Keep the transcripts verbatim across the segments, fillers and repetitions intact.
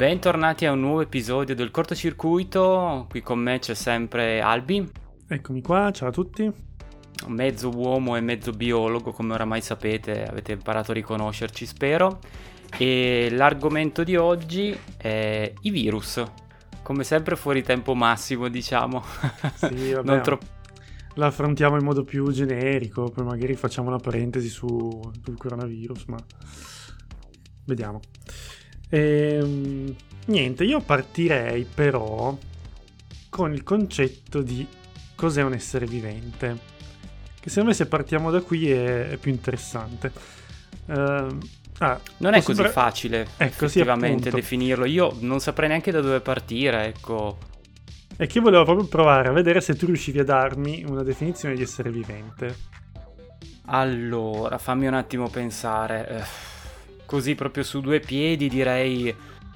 Bentornati a un nuovo episodio del cortocircuito. Qui con me c'è sempre Albi. Eccomi qua, ciao a tutti. Mezzo uomo e mezzo biologo, come oramai sapete, avete imparato a riconoscerci, spero. E l'argomento di oggi è i virus. Come sempre fuori tempo massimo, diciamo. Sì, vabbè, non troppo. La affrontiamo in modo più generico, poi magari facciamo una parentesi su, sul coronavirus, ma vediamo. Ehm, niente, io partirei però con il concetto di cos'è un essere vivente, che secondo me se partiamo da qui è, è più interessante. Ehm, ah, non è sembra... così facile ecco, effettivamente sì, definirlo. Io non saprei neanche da dove partire, ecco. È che io volevo proprio provare a vedere se tu riuscivi a darmi una definizione di essere vivente. Allora, fammi un attimo pensare. Eh, così proprio su due piedi direi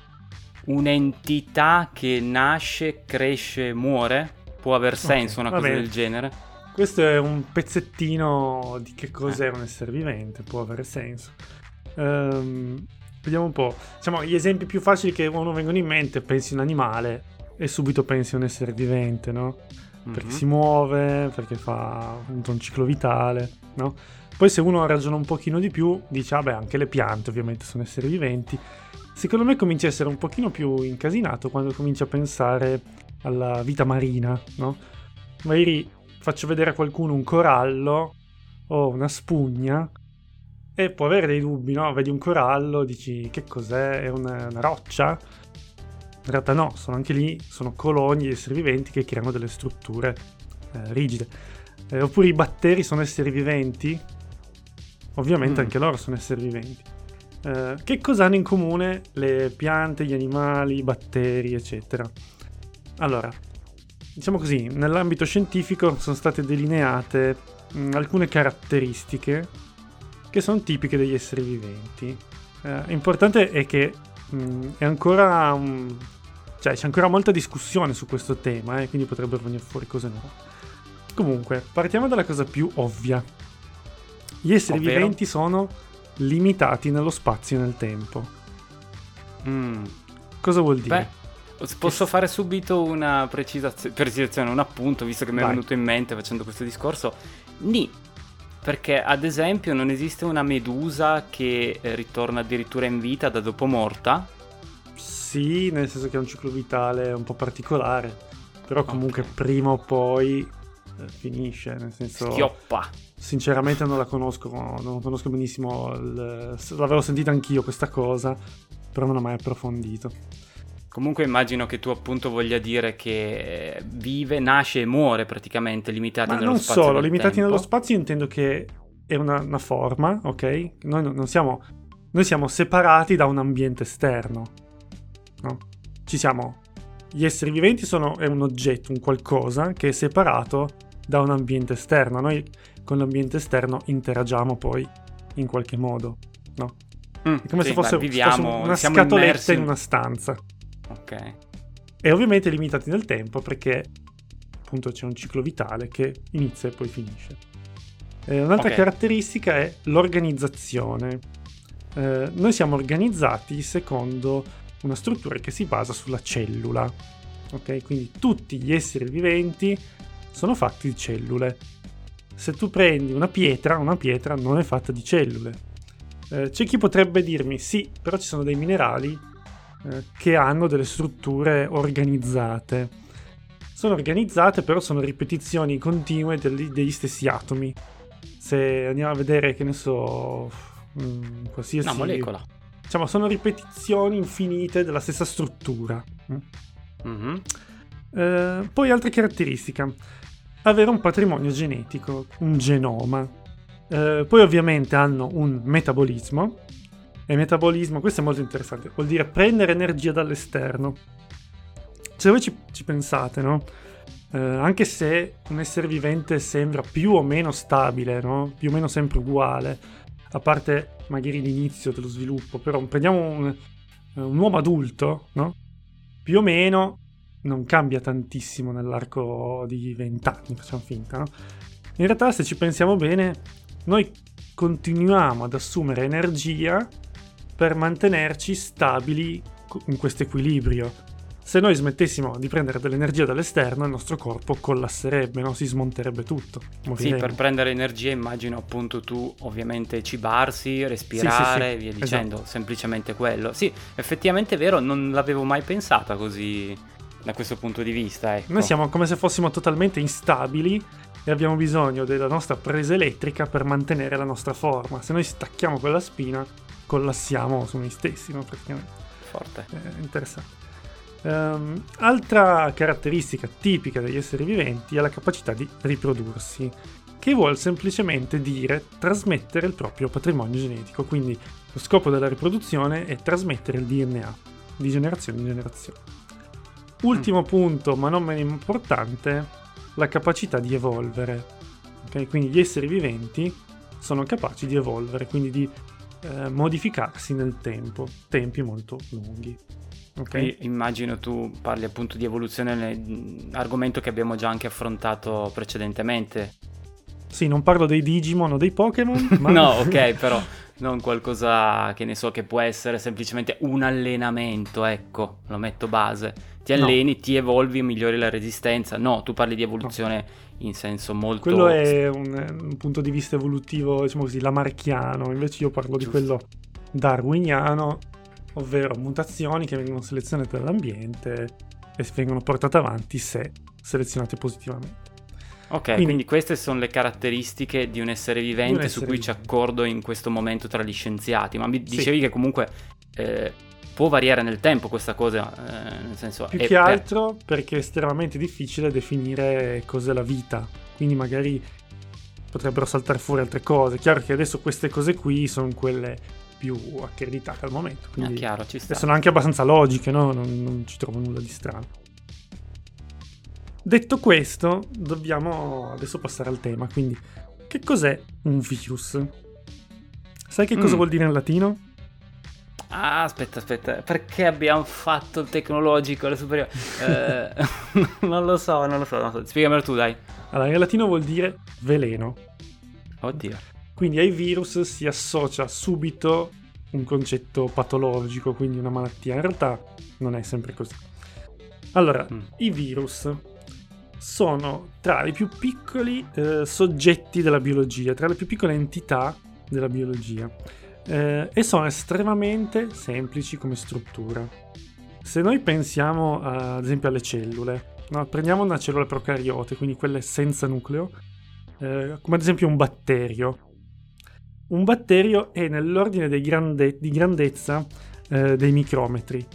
un'entità che nasce, cresce, muore. Può aver senso, Okay, una va cosa bene. del genere. Questo è un pezzettino di che cos'è un essere vivente, può avere senso. Ehm, vediamo un po'. Diciamo, gli esempi più facili che uno vengono in mente, pensi un animale e subito pensi a un essere vivente, no? Perché Mhm. si muove, perché fa appunto un ciclo vitale, no? Poi se uno ragiona un pochino di più, dice, vabbè, anche le piante ovviamente sono esseri viventi. Secondo me comincia a essere un pochino più incasinato quando comincia a pensare alla vita marina, no? Magari faccio vedere a qualcuno un corallo o una spugna e può avere dei dubbi, no? Vedi un corallo, dici, che cos'è? È una, una roccia? In realtà no, sono anche lì, sono colonie di esseri viventi che creano delle strutture eh, rigide. Eh, oppure i batteri sono esseri viventi? Ovviamente Mm. anche loro sono esseri viventi. Eh, che cosa hanno in comune le piante, gli animali, i batteri, eccetera? Allora, diciamo così, nell'ambito scientifico sono state delineate mh, alcune caratteristiche che sono tipiche degli esseri viventi. Eh, importante è che mh, è ancora un... cioè c'è ancora molta discussione su questo tema, eh, quindi potrebbero venire fuori cose nuove. Comunque, partiamo dalla cosa più ovvia. Gli esseri Ovvero? viventi sono limitati nello spazio e nel tempo. Mm. Cosa vuol dire? Beh, posso Che- fare subito una precisazio- precisazione, un appunto, visto che mi è Vai. venuto in mente facendo questo discorso. Ni, perché ad esempio non esiste una medusa che eh, ritorna addirittura in vita da dopo morta. Sì, nel senso che è un ciclo vitale un po' particolare, però comunque Ok. prima o poi eh, finisce, nel senso... Schioppa. Sinceramente non la conosco, non conosco benissimo, il- l'avevo sentita anch'io questa cosa, però non ho mai approfondito. Comunque immagino che tu appunto voglia dire che eh, vive, nasce e muore praticamente, limitati Ma nello non spazio e solo, nel limitati tempo. nello spazio intendo che è una, una forma, ok? Noi non non siamo, noi siamo separati da un ambiente esterno, no? Ci siamo, gli esseri viventi sono, è un oggetto, un qualcosa che è separato da un ambiente esterno. Noi con l'ambiente esterno interagiamo poi in qualche modo, no? Mm, È come sì, se fosse, beh, fosse viviamo, una siamo scatoletta immersi in una stanza. Ok. E ovviamente limitati nel tempo perché appunto c'è un ciclo vitale che inizia e poi finisce. Eh, un'altra Ok. caratteristica è l'organizzazione. Eh, noi siamo organizzati secondo una struttura che si basa sulla cellula. Ok? Quindi tutti gli esseri viventi sono fatti di cellule. Se tu prendi una pietra, una pietra non è fatta di cellule. Eh, c'è chi potrebbe dirmi sì, però ci sono dei minerali eh, che hanno delle strutture organizzate. Sono organizzate, però sono ripetizioni continue degli, degli stessi atomi. Se andiamo a vedere, che ne so, mh, qualsiasi... Una molecola. Diciamo, sono ripetizioni infinite della stessa struttura. Mhm. Eh, poi altre caratteristiche. Avere un patrimonio genetico, un genoma. Eh, poi ovviamente hanno un metabolismo. E metabolismo, questo è molto interessante, vuol dire prendere energia dall'esterno. Se voi ci, ci pensate, no? Eh, anche se un essere vivente sembra più o meno stabile, no? Più o meno sempre uguale, a parte magari l'inizio dello sviluppo, però prendiamo un, un uomo adulto, no? Più o meno non cambia tantissimo nell'arco di vent'anni, facciamo finta, no? In realtà, se ci pensiamo bene, noi continuiamo ad assumere energia per mantenerci stabili in questo equilibrio. Se noi smettessimo di prendere dell'energia dall'esterno, il nostro corpo collasserebbe, no? Si smonterebbe tutto. Sì, moriremo. per prendere energia immagino appunto tu ovviamente cibarsi, respirare, Sì, sì, sì, via dicendo, esatto. semplicemente quello. Sì, effettivamente è vero, non l'avevo mai pensata così da questo punto di vista, ecco. Noi siamo come se fossimo totalmente instabili e abbiamo bisogno della nostra presa elettrica per mantenere la nostra forma. Se noi stacchiamo quella spina, collassiamo su noi stessi, no? Praticamente. Forte. È interessante. Um, altra caratteristica tipica degli esseri viventi è la capacità di riprodursi, che vuol semplicemente dire trasmettere il proprio patrimonio genetico. Quindi lo scopo della riproduzione è trasmettere il D N A di generazione in generazione. Ultimo mm. punto, ma non meno importante, la capacità di evolvere. Okay? Quindi gli esseri viventi sono capaci di evolvere, quindi di eh, modificarsi nel tempo, tempi molto lunghi. Okay. Immagino tu parli appunto di evoluzione, argomento che abbiamo già anche affrontato precedentemente. Sì, non parlo dei Digimon o dei Pokémon, ma... no, ok, però non qualcosa che ne so che può essere semplicemente un allenamento, ecco, lo metto base. Ti alleni, no. Ti evolvi, migliori la resistenza. No, tu parli di evoluzione no. in senso molto... Quello è un, un punto di vista evolutivo, diciamo così, lamarckiano, invece io parlo Giusto. di quello darwiniano, ovvero mutazioni che vengono selezionate dall'ambiente e vengono portate avanti se selezionate positivamente. Ok, quindi, quindi queste sono le caratteristiche di un essere vivente un essere su cui vivente. Ci accordo in questo momento tra gli scienziati, ma mi dicevi sì. che comunque eh, può variare nel tempo questa cosa, eh, nel senso... Più che per... altro perché è estremamente difficile definire cos'è la vita, quindi magari potrebbero saltare fuori altre cose. Chiaro che adesso queste cose qui sono quelle più accreditate al momento, quindi ah, chiaro, ci sta. Sono anche abbastanza logiche, no? Non, non ci trovo nulla di strano. Detto questo, dobbiamo adesso passare al tema, quindi che cos'è un virus? Sai che cosa mm. vuol dire in latino? Ah, aspetta, aspetta, perché abbiamo fatto il tecnologico alle superiori? eh, non lo so, non lo so, non lo so, spiegamelo tu, dai. Allora, in latino vuol dire veleno. Oddio. Quindi ai virus si associa subito un concetto patologico, quindi una malattia. In realtà non è sempre così. Allora, mm. i virus sono tra i più piccoli eh, soggetti della biologia, tra le più piccole entità della biologia, eh, e sono estremamente semplici come struttura. Se noi pensiamo a, ad esempio alle cellule, no? Prendiamo una cellula procariote, quindi quelle senza nucleo, eh, come ad esempio un batterio. Un batterio è nell'ordine dei grande- di grandezza eh, dei micrometri.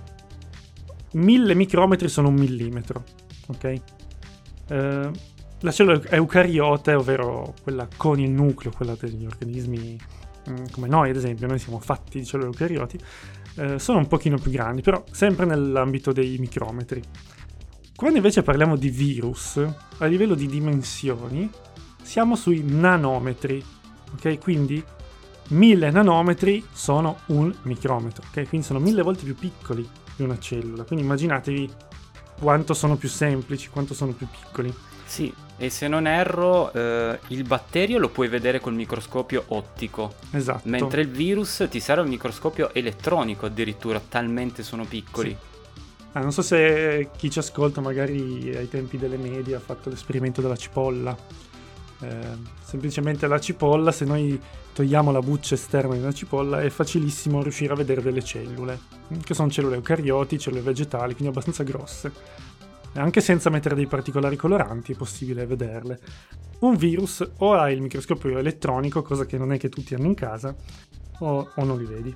Mille micrometri sono un millimetro, ok? Eh, la cellula eucariote, ovvero quella con il nucleo, quella degli organismi mh, come noi ad esempio, noi siamo fatti di cellule eucarioti, eh, sono un pochino più grandi, però sempre nell'ambito dei micrometri. Quando invece parliamo di virus, a livello di dimensioni, siamo sui nanometri. Ok, quindi mille nanometri sono un micrometro, ok? Quindi sono mille volte più piccoli di una cellula. Quindi immaginatevi quanto sono più semplici, quanto sono più piccoli. Sì, e se non erro, eh, il batterio lo puoi vedere col microscopio ottico. Esatto. Mentre il virus ti serve il microscopio elettronico, addirittura, talmente sono piccoli. Sì. Ah, non so se chi ci ascolta magari ai tempi delle medie ha fatto l'esperimento della cipolla. Eh, semplicemente la cipolla, se noi togliamo la buccia esterna della cipolla, è facilissimo riuscire a vedere delle cellule, che sono cellule eucarioti, cellule vegetali, quindi abbastanza grosse. E anche senza mettere dei particolari coloranti è possibile vederle. Un virus o ha il microscopio elettronico, cosa che non è che tutti hanno in casa, o, o non li vedi.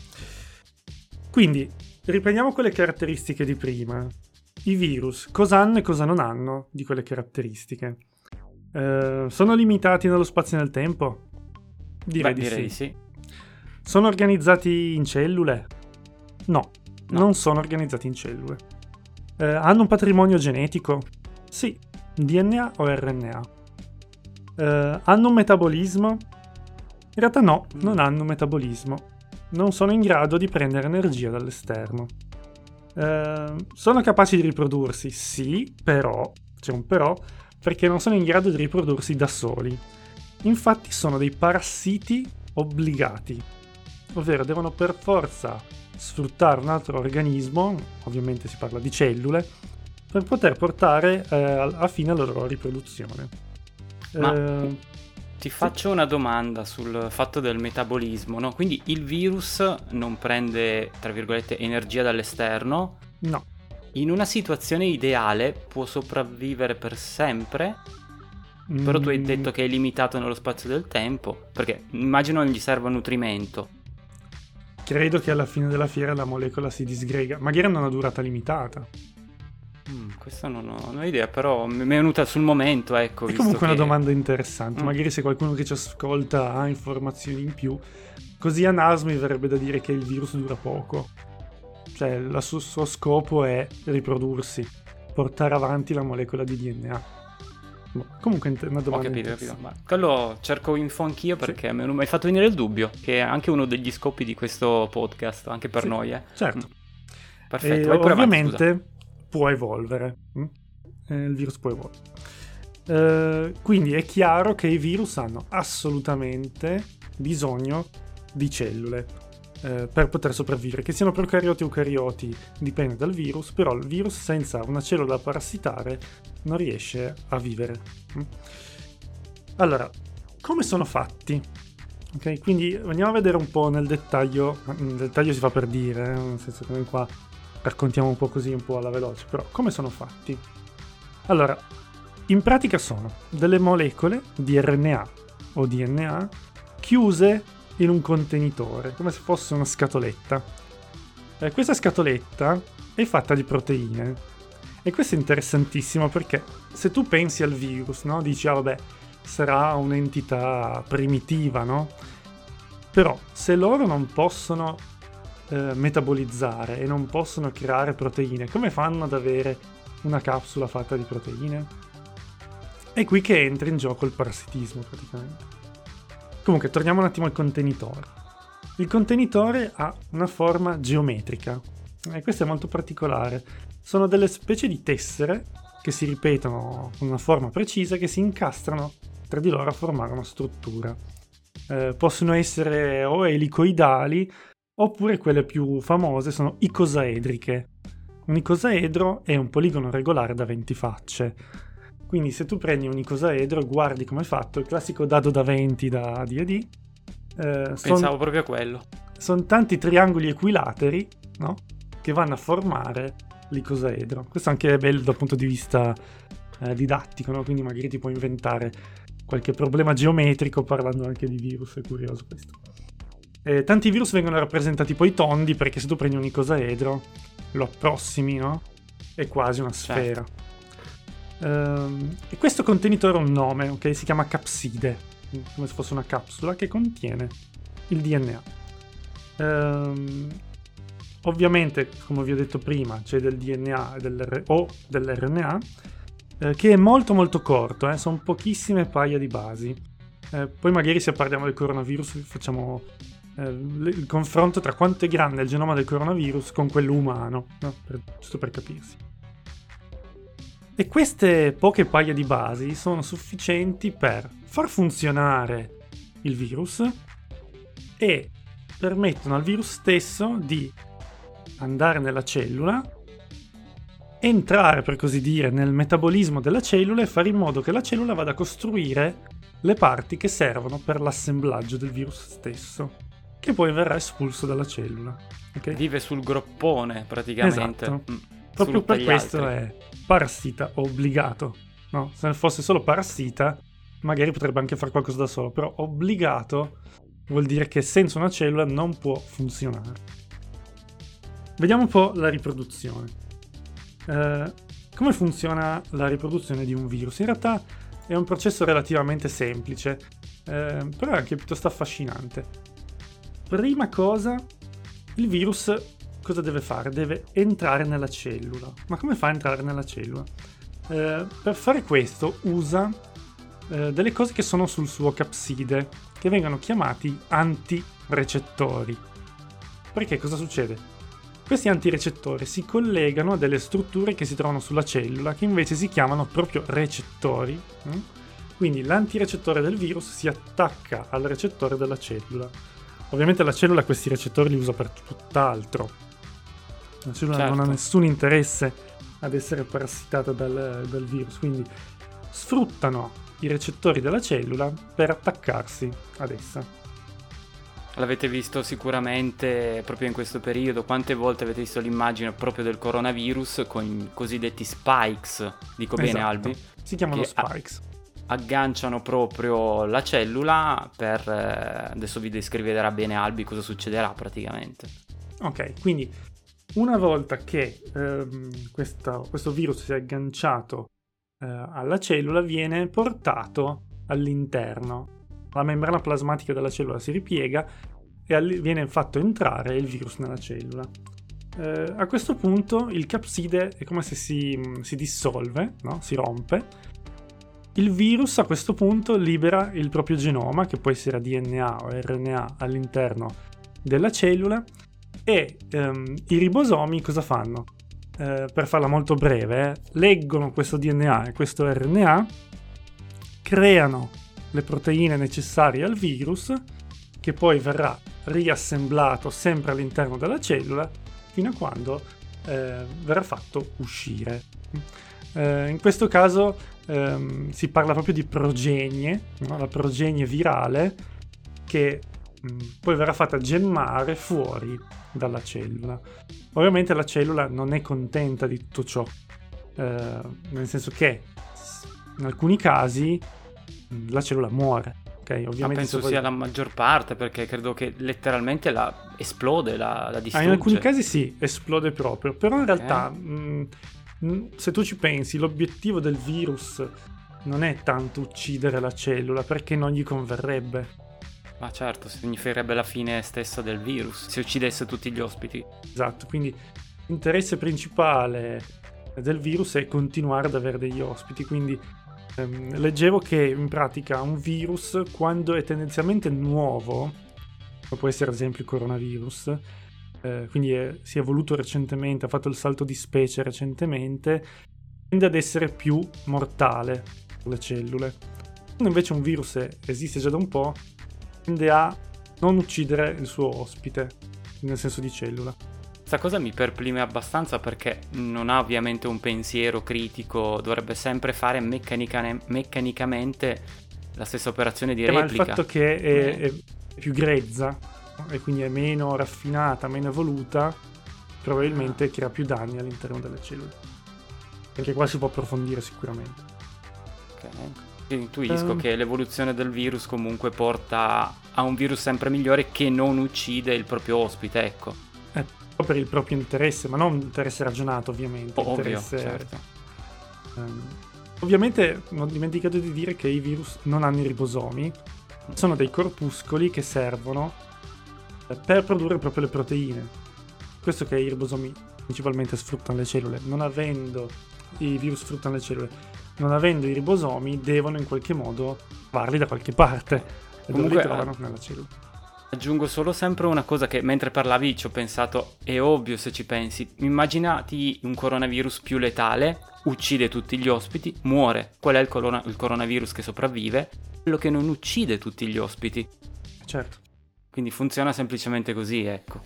Quindi riprendiamo quelle caratteristiche di prima. I virus cosa hanno e cosa non hanno di quelle caratteristiche? Uh, sono limitati nello spazio e nel tempo? Direi, Beh, di, direi sì. di sì. Sono organizzati in cellule? No, no. non sono organizzati in cellule. Uh, hanno un patrimonio genetico? Sì. D N A o R N A? Uh, hanno un metabolismo? In realtà no, mm. non hanno un metabolismo. Non sono in grado di prendere energia dall'esterno. Uh, sono capaci di riprodursi? Sì, però, c'è un però, perché non sono in grado di riprodursi da soli. Infatti sono dei parassiti obbligati, ovvero devono per forza sfruttare un altro organismo, ovviamente si parla di cellule, per poter portare eh, a fine la loro riproduzione. Ma Eh, ti faccio una domanda sul fatto del metabolismo, no? Quindi il virus non prende, tra virgolette, energia dall'esterno. no. In una situazione ideale può sopravvivere per sempre, però tu hai Mm, detto che è limitato nello spazio del tempo, perché immagino non gli serva nutrimento. credo che alla fine della fiera la molecola si disgrega, magari hanno una durata limitata. Mm, questo non ho, non ho idea, però mi è venuta sul momento, ecco. È visto comunque una che- domanda interessante, Mm. magari se qualcuno che ci ascolta ha informazioni in più, così a naso mi verrebbe da dire che il virus dura poco. Cioè, il suo, suo scopo è riprodursi, portare avanti la molecola di D N A. Boh, comunque è una Ho domanda capito, ho capito. interessante. Ma quello cerco info anch'io perché mi mi hai fatto venire il dubbio, che è anche uno degli scopi di questo podcast, anche per Sì, noi, eh. certo. Mm. Perfetto, E vai pure avanti, ovviamente può evolvere. mm? Eh, il virus può evolvere. Eh, quindi è chiaro che i virus hanno assolutamente bisogno di cellule eh, per poter sopravvivere. Che siano procarioti o eucarioti dipende dal virus, però il virus senza una cellula da parassitare non riesce a vivere. mm? Allora, come sono fatti? Ok, quindi andiamo a vedere un po' nel dettaglio. Nel dettaglio si fa per dire, eh, nel senso che noi qua raccontiamo un po' così, un po' alla veloce, però come sono fatti? Allora, in pratica sono delle molecole di R N A o D N A chiuse in un contenitore, come se fosse una scatoletta. Eh, questa scatoletta è fatta di proteine e questo è interessantissimo perché se tu pensi al virus, no? Dici, ah vabbè, sarà un'entità primitiva, no? Però se loro non possono eh, metabolizzare e non possono creare proteine, come fanno ad avere una capsula fatta di proteine? È qui che entra in gioco il parassitismo praticamente. Comunque, torniamo un attimo al contenitore. Il contenitore ha una forma geometrica e questo è molto particolare. Sono delle specie di tessere che si ripetono con una forma precisa che si incastrano tra di loro a formare una struttura. Eh, possono essere o elicoidali oppure quelle più famose sono icosaedriche. Un icosaedro è un poligono regolare da venti facce. Quindi se tu prendi un icosaedro e guardi come è fatto, il classico dado da venti da A D e D, eh, Pensavo sono proprio a quello. son tanti triangoli equilateri, no? Che vanno a formare l'icosaedro. Questo anche è bello dal punto di vista eh, didattico, no? Quindi magari ti puoi inventare qualche problema geometrico parlando anche di virus, è curioso questo. Eh, tanti virus vengono rappresentati poi tondi perché se tu prendi un icosaedro, lo approssimi, no? È quasi una sfera. Certo. Ehm, e questo contenitore ha un nome, ok? Si chiama capside, come se fosse una capsula che contiene il D N A. Ehm, ovviamente, come vi ho detto prima, c'è del D N A e dell'R- o dell'R N A eh, che è molto molto corto, eh? Sono pochissime paia di basi. Eh, poi magari se parliamo del coronavirus facciamo eh, il confronto tra quanto è grande il genoma del coronavirus con quello umano, no? Per- giusto per capirsi. E queste poche paia di basi sono sufficienti per far funzionare il virus e permettono al virus stesso di andare nella cellula, entrare per così dire nel metabolismo della cellula e fare in modo che la cellula vada a costruire le parti che servono per l'assemblaggio del virus stesso, che poi verrà espulso dalla cellula. Ok? Vive sul groppone praticamente. Esatto. Mm. Proprio Sfrutta per gli questo altri. è parassita obbligato, no? Se fosse solo parassita magari potrebbe anche fare qualcosa da solo, però obbligato vuol dire che senza una cellula non può funzionare. Vediamo un po' la riproduzione. Eh, come funziona la riproduzione di un virus? In realtà è un processo relativamente semplice, eh, però è anche piuttosto affascinante. Prima cosa, il virus cosa deve fare? Deve entrare nella cellula. Ma come fa a entrare nella cellula? Eh, per fare questo usa eh, delle cose che sono sul suo capside, che vengono chiamati antirecettori. Perché cosa succede? Questi antirecettori si collegano a delle strutture che si trovano sulla cellula, che invece si chiamano proprio recettori. Quindi l'antirecettore del virus si attacca al recettore della cellula. Ovviamente la cellula questi recettori li usa per tutt'altro. La cellula Certo. non ha nessun interesse ad essere parassitata dal, dal virus, quindi sfruttano i recettori della cellula per attaccarsi ad essa. L'avete visto sicuramente proprio in questo periodo. Quante volte avete visto l'immagine proprio del coronavirus con i cosiddetti spikes, dico bene, Esatto. Albi? Si chiamano Che a- spikes. Agganciano proprio la cellula per... eh, adesso vi descriverà bene Albi cosa succederà praticamente. Ok, quindi una volta che ehm, questa- questo virus si è agganciato eh, alla cellula, viene portato all'interno. La membrana plasmatica della cellula si ripiega e all- viene fatto entrare il virus nella cellula. Eh, a questo punto il capside è come se si, si dissolve, no? Si rompe. Il virus a questo punto libera il proprio genoma, che può essere D N A o R N A, all'interno della cellula, e ehm, i ribosomi cosa fanno? Eh, per farla molto breve, eh, leggono questo D N A e questo R N A, creano le proteine necessarie al virus, che poi verrà riassemblato sempre all'interno della cellula fino a quando eh, verrà fatto uscire. Eh, in questo caso ehm, si parla proprio di progenie, no? La progenie virale che mh, poi verrà fatta gemmare fuori dalla cellula. Ovviamente la cellula non è contenta di tutto ciò, eh, nel senso che in alcuni casi mh, la cellula muore. Okay? Ma Ovviamente penso se voi- sia la maggior parte, perché credo che letteralmente la esplode, la, la Ah, distrugge. in alcuni casi sì, esplode proprio, però in realtà mh, mh, se tu ci pensi, l'obiettivo del virus non è tanto uccidere la cellula, perché non gli converrebbe. Ma certo, significherebbe la fine stessa del virus, se uccidesse tutti gli ospiti. Esatto, quindi l'interesse principale del virus è continuare ad avere degli ospiti, quindi ehm, leggevo che in pratica un virus, quando è tendenzialmente nuovo, come può essere ad esempio il coronavirus, eh, quindi è- si è evoluto recentemente, ha fatto il salto di specie recentemente, tende ad essere più mortale per le cellule. Quando invece un virus è- esiste già da un po', tende a non uccidere il suo ospite, nel senso di cellula. Questa cosa mi perplime abbastanza perché non ha ovviamente un pensiero critico, dovrebbe sempre fare meccanicane- meccanicamente la stessa operazione di Eh, ma il replica. fatto che è, Eh. è più grezza, no? E quindi è meno raffinata, meno evoluta, probabilmente crea più danni all'interno delle cellule. Anche qua si può approfondire sicuramente. Ok. Intuisco Ehm. che l'evoluzione del virus comunque porta a un virus sempre migliore che non uccide il proprio ospite, ecco. Eh, per il proprio interesse, ma non interesse ragionato ovviamente. Ovvio, interesse, certo. ehm, ovviamente non ho dimenticato di dire che i virus non hanno i ribosomi, sono dei corpuscoli che servono eh, per produrre proprio le proteine. Questo che i ribosomi principalmente sfruttano le cellule. Non avendo i virus sfruttano le cellule, non avendo i ribosomi devono in qualche modo trovarli da qualche parte. E dove Comunque, li trovano? Nella cellula. Aggiungo solo sempre una cosa che mentre parlavi ci ho pensato, è ovvio se ci pensi, immaginati un coronavirus più letale, uccide tutti gli ospiti, muore. Qual è il, corona- il coronavirus che sopravvive? Quello che non uccide tutti gli ospiti. Certo. Quindi funziona semplicemente così, ecco.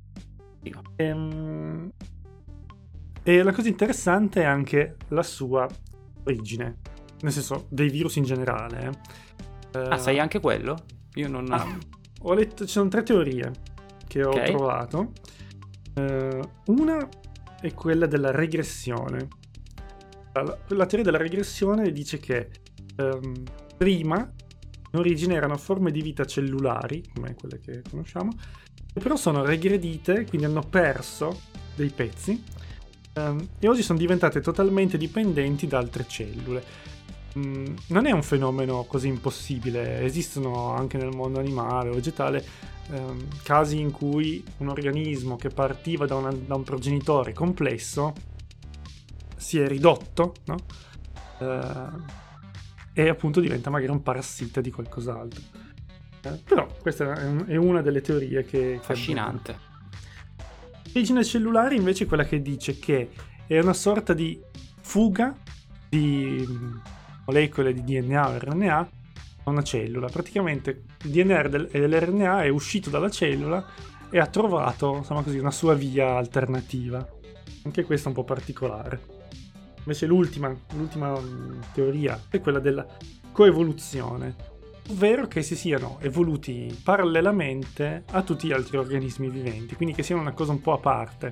Ehm, E la cosa interessante è anche la sua origine, nel senso dei virus in generale. eh. Ah, sai anche quello? Io non... Ah, ho letto, ci sono tre teorie che ho Ok. trovato. Eh, una è quella della regressione. La, la teoria della regressione dice che ehm, prima in origine erano forme di vita cellulari, come quelle che conosciamo, che però sono regredite, quindi hanno perso dei pezzi ehm, e oggi sono diventate totalmente dipendenti da altre cellule. Mm, non è un fenomeno così impossibile, esistono anche nel mondo animale o vegetale ehm, casi in cui un organismo che partiva da, una- da un progenitore complesso si è ridotto, no? Eh, e appunto diventa magari un parassita di qualcos'altro. Eh, però questa è, un- è una delle teorie che... che Affascinante. L'origine cellulare invece è quella che dice che è una sorta di fuga di molecole di D N A o R N A una cellula. Praticamente il D N R del, e l'R N A è uscito dalla cellula e ha trovato, insomma così, una sua via alternativa. Anche questo è un po' particolare. Invece l'ultima, l'ultima mh, teoria è quella della coevoluzione, ovvero che si siano evoluti parallelamente a tutti gli altri organismi viventi, quindi che siano una cosa un po' a parte.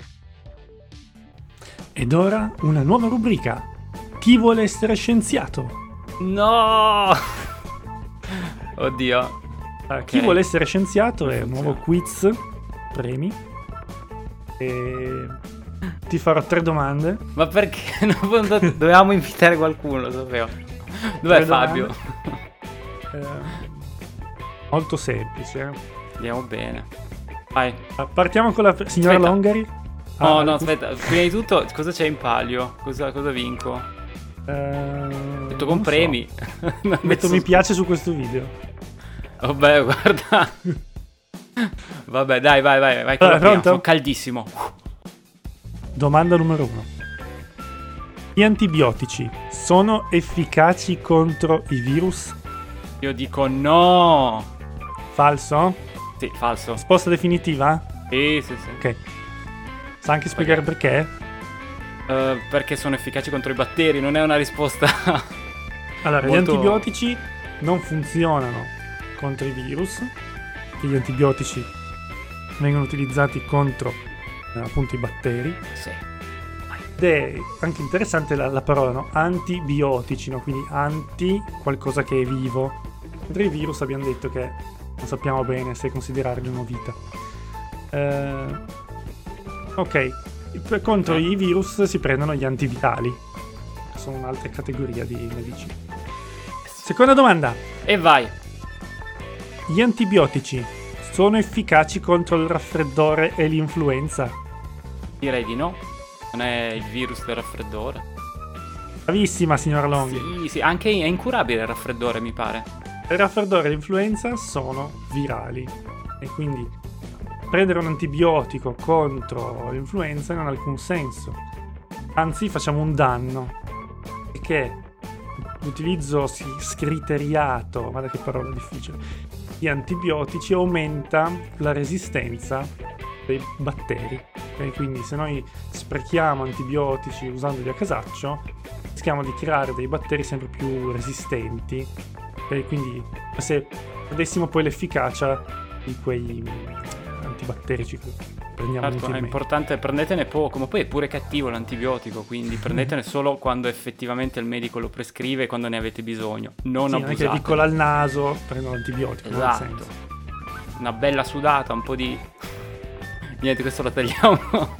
Ed ora una nuova rubrica. Chi vuole essere scienziato? No! Oddio. Uh, Okay. Chi vuole essere scienziato è un Funziona. nuovo quiz, premi, e ti farò tre domande. Ma perché non dovevamo invitare qualcuno, lo sapevo. Dov'è Tre Fabio? Eh, molto semplice. eh. Andiamo bene. Vai. Uh, Partiamo con la signora Aspetta. Longari. Oh Ah, no, tu- aspetta, prima di tutto cosa c'è in palio? Cosa, cosa vinco? eh, Metto non con so. premi. Non Metto messo- mi piace su questo video. Vabbè, guarda. Vabbè, dai, vai, vai, vai. Con Allora, la prima. pronto? Sono caldissimo. Domanda numero uno. Gli antibiotici sono efficaci contro i virus? Io dico no. Falso? Sì, falso. Risposta definitiva? Sì, sì, sì. Ok. Sa anche spiegare perché? Eh, perché sono efficaci contro i batteri, non è una risposta. Allora, Molto- gli antibiotici non funzionano contro i virus, e gli antibiotici vengono utilizzati contro eh, appunto i batteri. Sì. Ed è anche interessante la, la parola, no? Antibiotici, no? Quindi anti qualcosa che è vivo. Mentre i virus abbiamo detto che non sappiamo bene se considerarli una vita. Eh, ok, per- contro i virus si prendono gli antivirali, che sono un'altra categoria di medicina. Seconda domanda. E vai. Gli antibiotici sono efficaci contro il raffreddore e l'influenza? Direi di no. Non è il virus del raffreddore. Bravissima, signora Longhi. Sì, sì, anche è incurabile il raffreddore, mi pare. Il raffreddore e l'influenza sono virali e quindi prendere un antibiotico contro l'influenza non ha alcun senso. Anzi, facciamo un danno, perché l'utilizzo sì, scriteriato, guarda che parola difficile, di antibiotici aumenta la resistenza dei batteri. Ok? Quindi se noi sprechiamo antibiotici usandoli a casaccio, rischiamo di creare dei batteri sempre più resistenti. Ok? Quindi se perdessimo poi l'efficacia di quei mm, antibatterici che prendiamo Certo, è inutilmente. importante, prendetene poco, ma poi è pure cattivo l'antibiotico, quindi prendetene solo quando effettivamente il medico lo prescrive e quando ne avete bisogno. Non Sì, non è che abusate. piccola al naso, prendo l'antibiotico. non ha Esatto. senso. Una bella sudata, un po' di... Niente, questo lo tagliamo.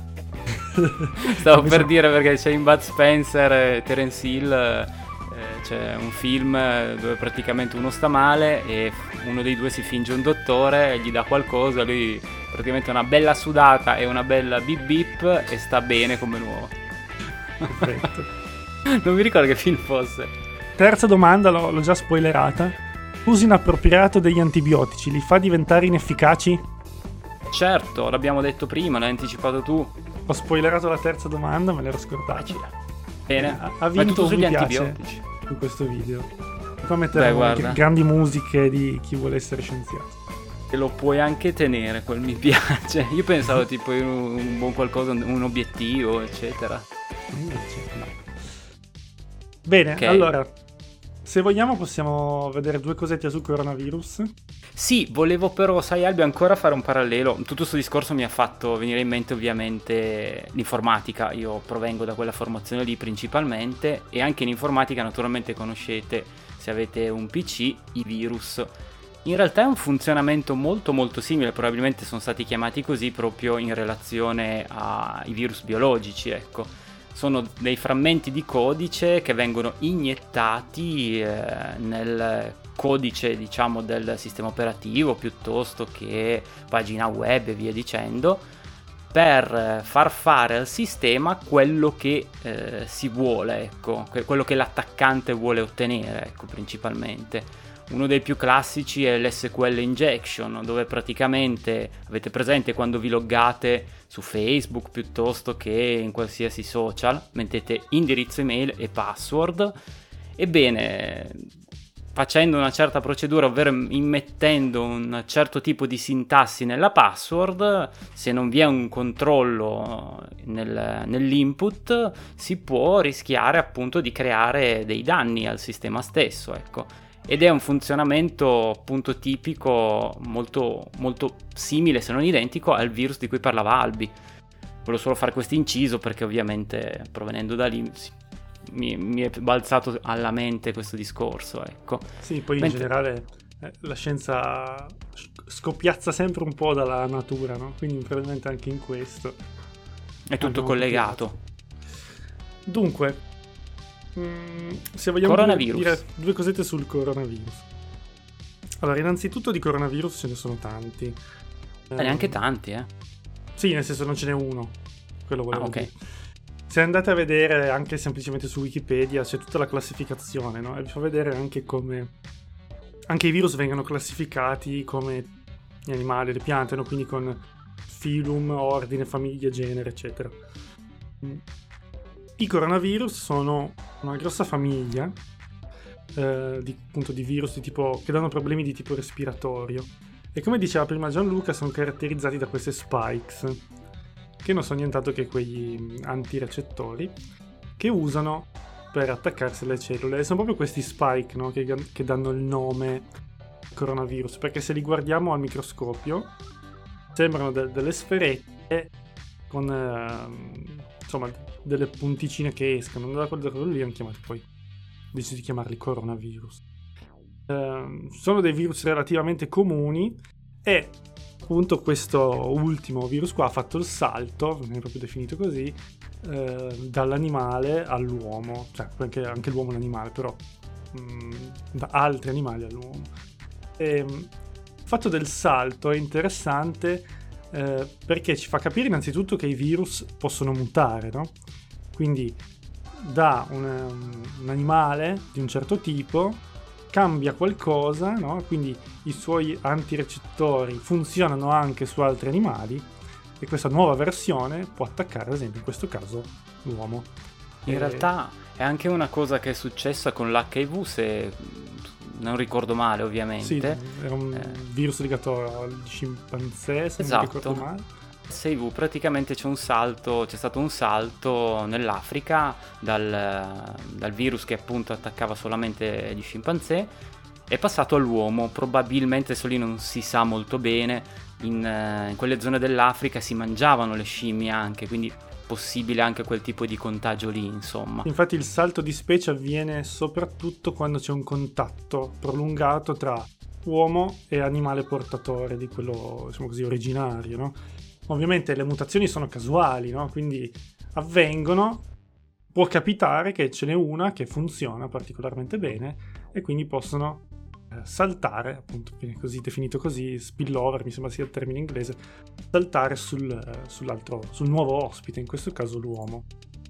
Stavo Mi per sa- dire perché c'è in Bud Spencer e Terence Hill, eh, c'è un film eh, dove praticamente uno sta male e uno dei due si finge un dottore e gli dà qualcosa, lui praticamente una bella sudata e una bella bip bip e sta bene come nuovo. Perfetto. Non mi ricordo che film fosse. Terza domanda, l'ho, l'ho già spoilerata. L'uso inappropriato degli antibiotici li fa diventare inefficaci? Certo, l'abbiamo detto prima, l'hai anticipato tu. Ho spoilerato la terza domanda, me l'ero scordata. Facile. Bene. Ha, ha Ma è vinto tutto un sugli mi piace antibiotici. su questo video. Qua metteremo Beh, guarda. grandi musiche di chi vuole essere scienziato. E lo puoi anche tenere, quel mi piace. Io pensavo tipo in un, un buon qualcosa, un obiettivo, eccetera. Invece no. Bene, Ok. allora, se vogliamo possiamo vedere due cosette sul coronavirus. Sì, volevo però, sai Albi, ancora fare un parallelo. Tutto questo discorso mi ha fatto venire in mente ovviamente l'informatica. Io provengo da quella formazione lì principalmente e anche in informatica naturalmente conoscete, se avete un P C, i virus. In realtà è un funzionamento molto molto simile, probabilmente sono stati chiamati così proprio in relazione ai virus biologici, ecco. Sono dei frammenti di codice che vengono iniettati eh, nel codice, diciamo, del sistema operativo piuttosto che pagina web e via dicendo, per far fare al sistema quello che eh, si vuole, ecco, quello che l'attaccante vuole ottenere, ecco, principalmente. Uno dei più classici è l'S Q L injection, dove praticamente avete presente quando vi loggate su Facebook piuttosto che in qualsiasi social, mettete indirizzo email e password. Ebbene, facendo una certa procedura, ovvero immettendo un certo tipo di sintassi nella password, se non vi è un controllo nel, nell'input, si può rischiare appunto di creare dei danni al sistema stesso, ecco. Ed è un funzionamento appunto tipico, molto, molto simile, se non identico, al virus di cui parlava Albi. Volevo solo fare questo inciso perché ovviamente provenendo da lì mi, mi è balzato alla mente questo discorso, ecco. Sì, poi Mentre... in generale eh, la scienza scoppiazza sempre un po' dalla natura, no? Quindi probabilmente anche in questo è tutto collegato. Dunque, mh, se vogliamo coronavirus. dire due cosette sul coronavirus. Allora, innanzitutto di coronavirus ce ne sono tanti. Eh, neanche tanti, eh. Sì, nel senso non ce n'è uno. Quello volevo ah, okay. dire. Se andate a vedere anche semplicemente su Wikipedia c'è tutta la classificazione, no? E vi fa vedere anche come anche i virus vengono classificati come gli animali, le piante, no? Quindi con filum, ordine, famiglia, genere, eccetera. I coronavirus sono una grossa famiglia eh, di, appunto, di virus di tipo, che danno problemi di tipo respiratorio. E come diceva prima Gianluca, sono caratterizzati da queste spikes, che non sono nient'altro che quegli antirecettori che usano per attaccarsi alle cellule. E sono proprio questi spike, no, che, che danno il nome coronavirus, perché se li guardiamo al microscopio sembrano de- delle sferette con eh, insomma delle punticine che escono. Da quello, da quello lì hanno chiamato poi, deciso di chiamarli coronavirus. Uh, sono dei virus relativamente comuni e appunto questo ultimo virus qua ha fatto il salto, non è proprio definito così, uh, dall'animale all'uomo, cioè anche, anche l'uomo è un animale, però um, da altri animali all'uomo. E, um, il fatto del salto è interessante uh, perché ci fa capire innanzitutto che i virus possono mutare, no? Quindi da un, um, un animale di un certo tipo cambia qualcosa, no? Quindi i suoi antirecettori funzionano anche su altri animali e questa nuova versione può attaccare, ad esempio, in questo caso, l'uomo. In e... realtà è anche una cosa che è successa con l'H I V, se non ricordo male, ovviamente. Sì, era un eh. virus legato al scimpanzé, se esatto. non ricordo male. L'H I V praticamente c'è un salto, c'è stato un salto nell'Africa dal, dal virus che appunto attaccava solamente gli scimpanzé, è passato all'uomo. Probabilmente adesso lì non si sa molto bene, in, in quelle zone dell'Africa si mangiavano le scimmie anche, quindi possibile anche quel tipo di contagio lì, insomma. Infatti il salto di specie avviene soprattutto quando c'è un contatto prolungato tra uomo e animale portatore di quello, diciamo così, originario, no? Ovviamente le mutazioni sono casuali, no? Quindi avvengono, può capitare che ce n'è una che funziona particolarmente bene e quindi possono eh, saltare, appunto viene così definito così, spillover, mi sembra sia il termine inglese, saltare sul, eh, sull'altro, sul nuovo ospite, in questo caso l'uomo.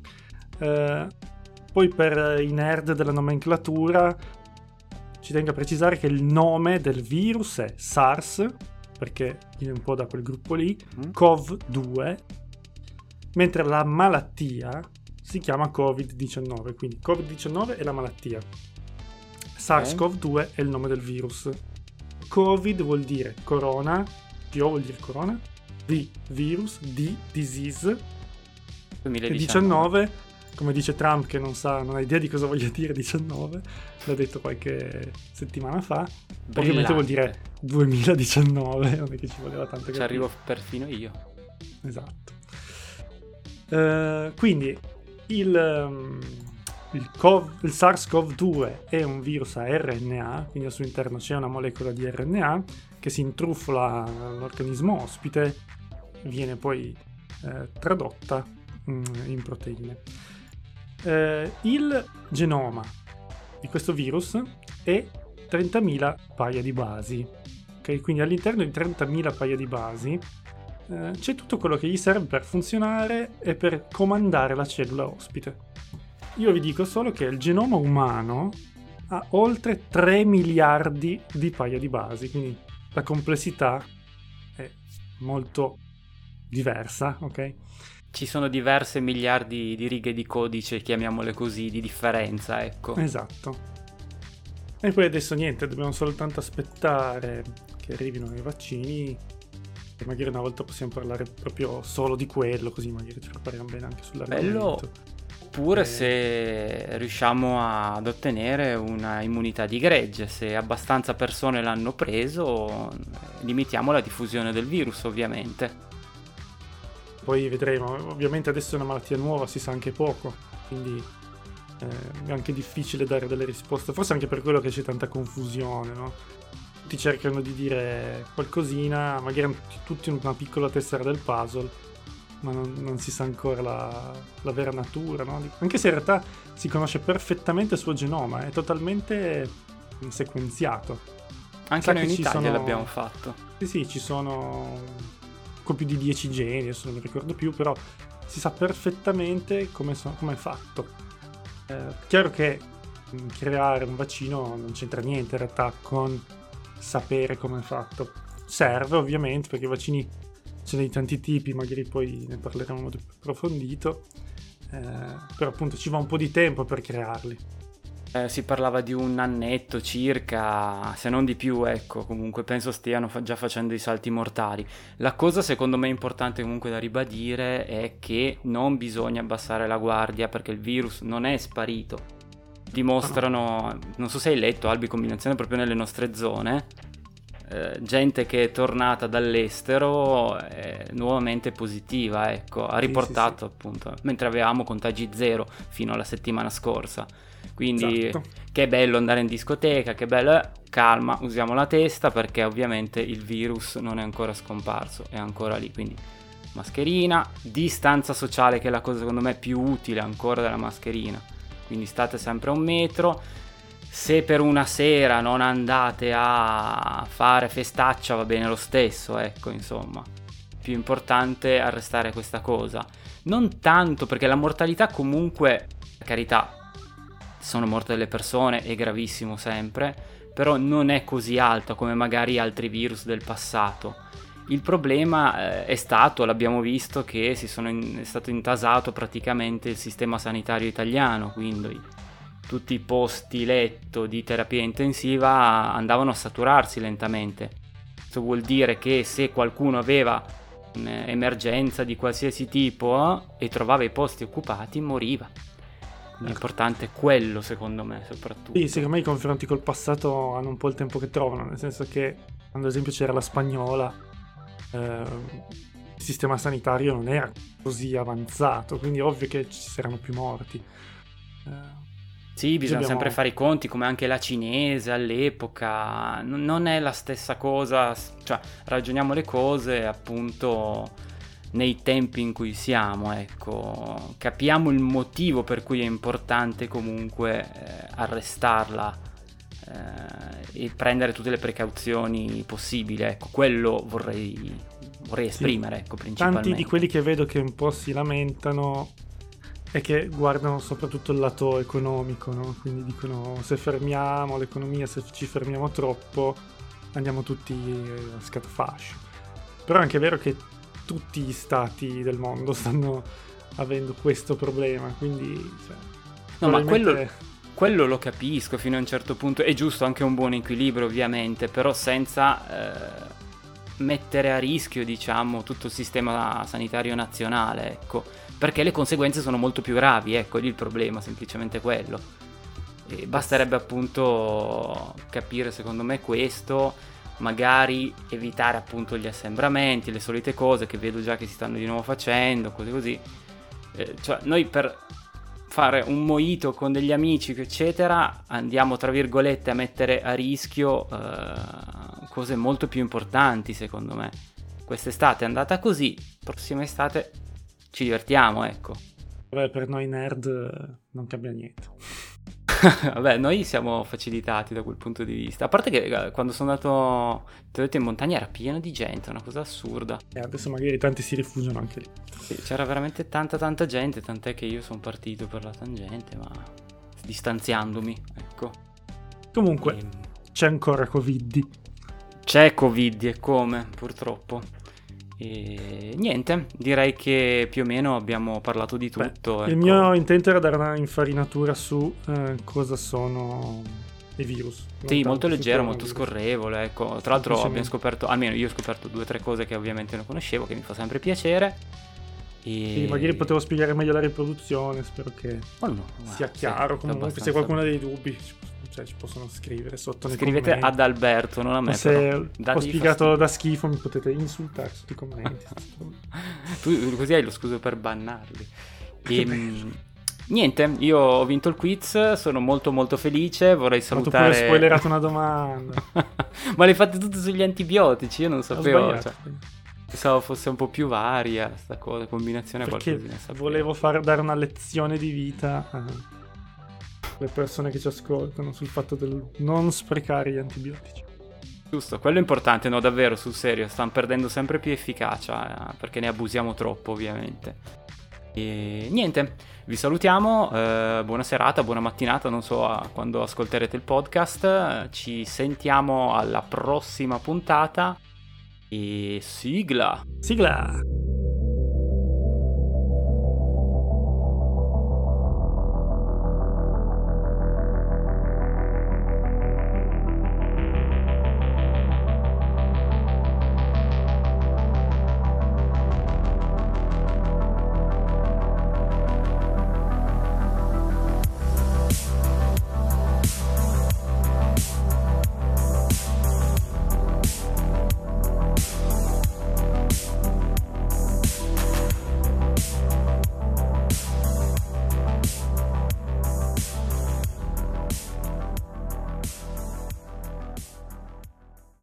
Eh, poi per i nerd della nomenclatura ci tengo a precisare che il nome del virus è SARS, perché viene un po' da quel gruppo lì, mm. cov due, mentre la malattia si chiama covid diciannove, quindi covid diciannove è la malattia, SARS-CoV due è il nome del virus. Covid vuol dire corona, P O vuol dire corona, V virus, D disease, duemiladiciannove. E diciannove, come dice Trump che non sa, non ha idea di cosa voglia dire diciannove, l'ha detto qualche settimana fa, Brillante. Ovviamente vuol dire duemiladiciannove, non è che ci voleva tanto capire. Ci arrivo perfino io. Esatto. Uh, quindi il, um, il, cov, il SARS-CoV due è un virus a R N A, quindi al suo interno c'è una molecola di R N A che si intrufola nell'organismo ospite, viene poi eh, tradotta mm, in proteine. Uh, il genoma di questo virus è trentamila paia di basi, ok? Quindi all'interno di trentamila paia di basi eh, c'è tutto quello che gli serve per funzionare e per comandare la cellula ospite. Io vi dico solo che il genoma umano ha oltre tre miliardi di paia di basi, quindi la complessità è molto diversa, ok? Ci sono diverse miliardi di righe di codice, chiamiamole così, di differenza, ecco. Esatto. E poi adesso niente, dobbiamo soltanto aspettare che arrivino i vaccini e magari una volta possiamo parlare proprio solo di quello, così magari ci prepariamo bene anche sull'argomento. Bello, oppure Eh. se riusciamo ad ottenere una immunità di gregge, se abbastanza persone l'hanno preso, limitiamo la diffusione del virus, ovviamente. Poi vedremo, ovviamente adesso è una malattia nuova, si sa anche poco, quindi eh, è anche difficile dare delle risposte, forse anche per quello che c'è tanta confusione, no? Tutti cercano di dire qualcosina, magari hanno tutti una piccola tessera del puzzle, ma non, non si sa ancora la, la vera natura, no? Anche se in realtà si conosce perfettamente il suo genoma, è totalmente sequenziato. Anche Sa noi che in ci Italia sono- l'abbiamo fatto. Sì, sì, ci sono con più di dieci geni, adesso non mi ricordo più, però si sa perfettamente come so- come è fatto. Eh, chiaro che mh, creare un vaccino non c'entra niente in realtà con sapere come è fatto. Serve ovviamente perché i vaccini ce ne di tanti tipi, magari poi ne parleremo in modo più approfondito, eh, però appunto ci va un po' di tempo per crearli. Eh, si parlava di un annetto circa, se non di più, ecco, comunque penso stiano fa- già facendo i salti mortali. La cosa secondo me importante comunque da ribadire è che non bisogna abbassare la guardia perché il virus non è sparito. Dimostrano, non so se hai letto, Albi, combinazione proprio nelle nostre zone, eh, gente che è tornata dall'estero è nuovamente positiva, ecco, ha Sì, riportato appunto, mentre avevamo contagi zero fino alla settimana scorsa. Quindi Esatto. che bello andare in discoteca, che bello, eh, calma, usiamo la testa perché ovviamente il virus non è ancora scomparso, è ancora lì, quindi mascherina, distanza sociale che è la cosa secondo me più utile ancora della mascherina, quindi state sempre a un metro, se per una sera non andate a fare festaccia va bene lo stesso, ecco, insomma, più importante arrestare questa cosa, non tanto perché la mortalità comunque, per carità, sono morte delle persone, è gravissimo sempre, però non è così alta come magari altri virus del passato. Il problema eh, è stato, l'abbiamo visto, che si sono in, è stato intasato praticamente il sistema sanitario italiano, quindi tutti i posti letto di terapia intensiva andavano a saturarsi lentamente. Questo vuol dire che se qualcuno aveva un'emergenza di qualsiasi tipo eh, e trovava i posti occupati, moriva. L'importante è quello, secondo me, soprattutto. Sì, secondo me i confronti col passato hanno un po' il tempo che trovano, nel senso che quando ad esempio c'era la spagnola, eh, il sistema sanitario non era così avanzato, quindi è ovvio che ci saranno più morti. Eh, Sì, bisogna abbiamo- sempre fare i conti, come anche la cinese all'epoca, n- non è la stessa cosa, s- cioè ragioniamo le cose appunto nei tempi in cui siamo, ecco, capiamo il motivo per cui è importante comunque eh, arrestarla eh, e prendere tutte le precauzioni possibili, ecco, quello vorrei, vorrei esprimere, ecco, principalmente. Tanti di quelli che vedo che un po' si lamentano è che guardano soprattutto il lato economico, no? Quindi dicono se fermiamo l'economia, se ci fermiamo troppo andiamo tutti a scatafascio. Però è anche vero che tutti gli stati del mondo stanno avendo questo problema, quindi cioè, No, ma quello, probabilmente- quello lo capisco fino a un certo punto, è giusto anche un buon equilibrio ovviamente, però senza eh, mettere a rischio, diciamo, tutto il sistema sanitario nazionale, ecco, perché le conseguenze sono molto più gravi, ecco, lì il problema, semplicemente quello. E basterebbe appunto capire, secondo me, questo, magari evitare appunto gli assembramenti, le solite cose che vedo già che si stanno di nuovo facendo, cose così. Eh, cioè, noi per fare un mojito con degli amici, eccetera, andiamo tra virgolette a mettere a rischio eh, cose molto più importanti, secondo me. Quest'estate è andata così, prossima estate ci divertiamo, ecco. vabbè, per noi nerd eh, non cambia niente. Vabbè, noi siamo facilitati da quel punto di vista. A parte che eh, quando sono andato, ti ho detto, in montagna era pieno di gente, una cosa assurda. E adesso magari tanti si rifugiano anche lì. Sì, c'era veramente tanta tanta gente, tant'è che io sono partito per la tangente, ma distanziandomi, ecco. Comunque E c'è ancora Covid. c'è Covid e come, purtroppo. E niente, direi che più o meno abbiamo parlato di tutto. Beh, il ecco. mio intento era dare una infarinatura su eh, cosa sono e virus. Sì, molto leggero, molto virus. scorrevole, ecco. Tra l'altro abbiamo scoperto, almeno io ho scoperto due o tre cose che ovviamente non conoscevo, che mi fa sempre piacere. E... Sì, magari potevo spiegare meglio la riproduzione, spero che oh no, sia chiaro. Sì, comunque, abbastanza... se qualcuno ha dei dubbi, cioè, ci possono scrivere sotto nei Scrivete commenti. ad Alberto, non a me. Se però. ho spiegato fastidio. Da schifo, mi potete insultare sotto i commenti. Tu così hai lo scuso per bannarli. E, niente, io ho vinto il quiz, sono molto molto felice, vorrei salutare... Ma tu pure spoilerato una domanda. Ma le fate tutte sugli antibiotici, io non sapevo. Cioè, pensavo fosse un po' più varia sta cosa, combinazione perché qualcosina. Volevo far dare una lezione di vita alle persone che ci ascoltano sul fatto del non sprecare gli antibiotici. Giusto, quello è importante, no, davvero, sul serio, stanno perdendo sempre più efficacia, eh, perché ne abusiamo troppo, ovviamente. E niente, vi salutiamo, eh, buona serata, buona mattinata, non so a quando ascolterete il podcast, ci sentiamo alla prossima puntata e sigla! Sigla!